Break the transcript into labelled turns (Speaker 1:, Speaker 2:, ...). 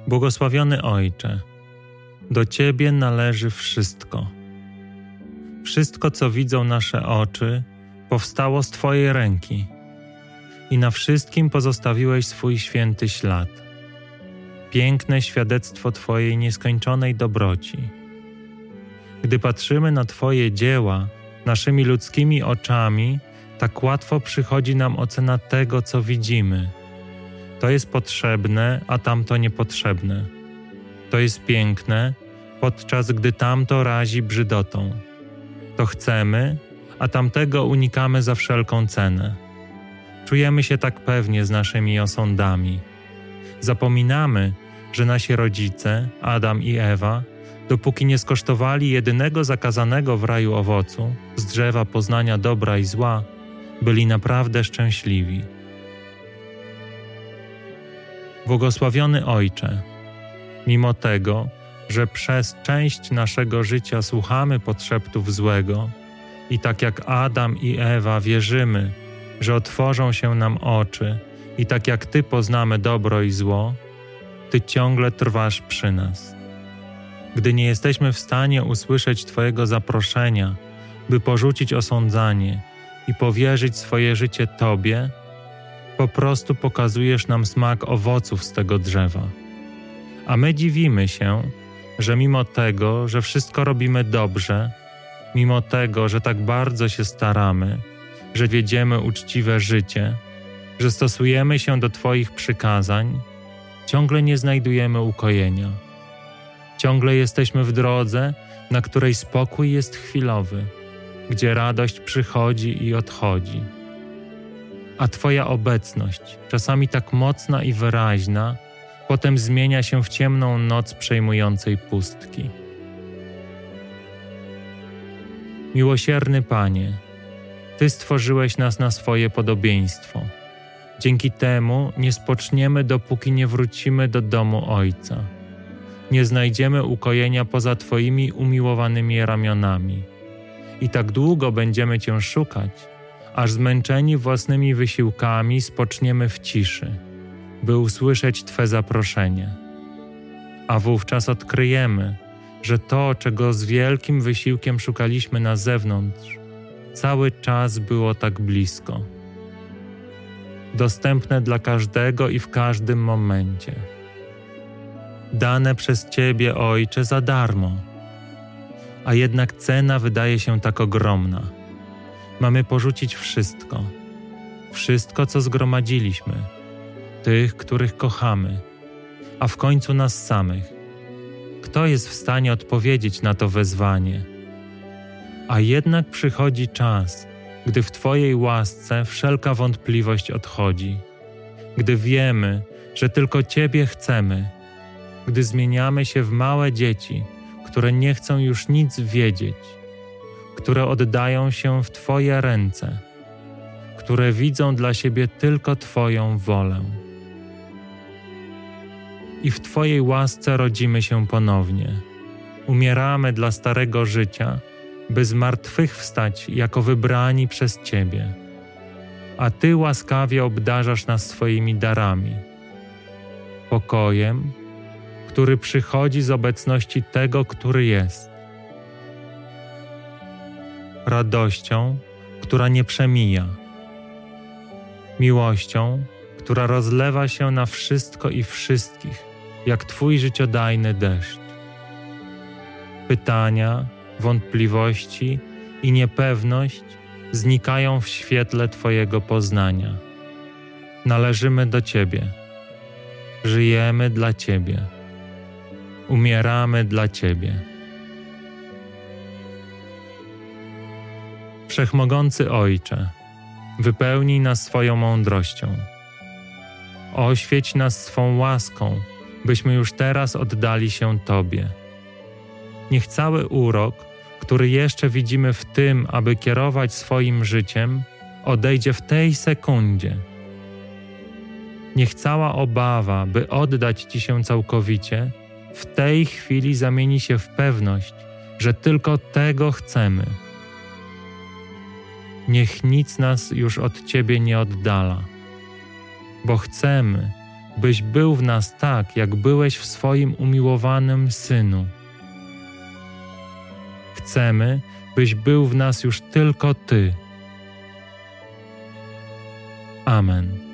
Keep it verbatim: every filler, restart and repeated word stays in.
Speaker 1: Błogosławiony Ojcze, do Ciebie należy wszystko. Wszystko, co widzą nasze oczy, powstało z Twojej ręki i na wszystkim pozostawiłeś swój święty ślad. Piękne świadectwo Twojej nieskończonej dobroci. Gdy patrzymy na Twoje dzieła naszymi ludzkimi oczami, tak łatwo przychodzi nam ocena tego, co widzimy. To jest potrzebne, a tamto niepotrzebne. To jest piękne, podczas gdy tamto razi brzydotą. To chcemy, a tamtego unikamy za wszelką cenę. Czujemy się tak pewnie z naszymi osądami. Zapominamy, że nasi rodzice, Adam i Ewa, dopóki nie skosztowali jedynego zakazanego w raju owocu, z drzewa poznania dobra i zła, byli naprawdę szczęśliwi. Błogosławiony Ojcze, mimo tego, że przez część naszego życia słuchamy podszeptów złego i tak jak Adam i Ewa wierzymy, że otworzą się nam oczy i tak jak Ty poznamy dobro i zło, Ty ciągle trwasz przy nas. Gdy nie jesteśmy w stanie usłyszeć Twojego zaproszenia, by porzucić osądzanie i powierzyć swoje życie Tobie, po prostu pokazujesz nam smak owoców z tego drzewa. A my dziwimy się, że mimo tego, że wszystko robimy dobrze, mimo tego, że tak bardzo się staramy, że wiedziemy uczciwe życie, że stosujemy się do Twoich przykazań, ciągle nie znajdujemy ukojenia. Ciągle jesteśmy w drodze, na której spokój jest chwilowy, gdzie radość przychodzi i odchodzi. A Twoja obecność, czasami tak mocna i wyraźna, potem zmienia się w ciemną noc przejmującej pustki. Miłosierny Panie, Ty stworzyłeś nas na swoje podobieństwo. Dzięki temu nie spoczniemy, dopóki nie wrócimy do domu Ojca. Nie znajdziemy ukojenia poza Twoimi umiłowanymi ramionami. I tak długo będziemy Cię szukać, aż zmęczeni własnymi wysiłkami spoczniemy w ciszy, by usłyszeć Twe zaproszenie. A wówczas odkryjemy, że to, czego z wielkim wysiłkiem szukaliśmy na zewnątrz, cały czas było tak blisko. Dostępne dla każdego i w każdym momencie. Dane przez Ciebie, Ojcze, za darmo. A jednak cena wydaje się tak ogromna. Mamy porzucić wszystko. Wszystko, co zgromadziliśmy. Tych, których kochamy. A w końcu nas samych. Kto jest w stanie odpowiedzieć na to wezwanie? A jednak przychodzi czas, gdy w Twojej łasce wszelka wątpliwość odchodzi. Gdy wiemy, że tylko Ciebie chcemy. Gdy zmieniamy się w małe dzieci, które nie chcą już nic wiedzieć, które oddają się w Twoje ręce, które widzą dla siebie tylko Twoją wolę. I w Twojej łasce rodzimy się ponownie. Umieramy dla starego życia, by zmartwychwstać jako wybrani przez Ciebie. A Ty łaskawie obdarzasz nas swoimi darami. Pokojem, który przychodzi z obecności tego, który jest. Radością, która nie przemija. Miłością, która rozlewa się na wszystko i wszystkich, jak Twój życiodajny deszcz. Pytania, wątpliwości i niepewność znikają w świetle Twojego poznania. Należymy do Ciebie. Żyjemy dla Ciebie. Umieramy dla Ciebie. Wszechmogący Ojcze, wypełnij nas swoją mądrością. Oświeć nas swą łaską, byśmy już teraz oddali się Tobie. Niech cały urok, który jeszcze widzimy w tym, aby kierować swoim życiem, odejdzie w tej sekundzie. Niech cała obawa, by oddać Ci się całkowicie, w tej chwili zamieni się w pewność, że tylko tego chcemy. Niech nic nas już od Ciebie nie oddala, bo chcemy, byś był w nas tak, jak byłeś w swoim umiłowanym Synu. Chcemy, byś był w nas już tylko Ty. Amen.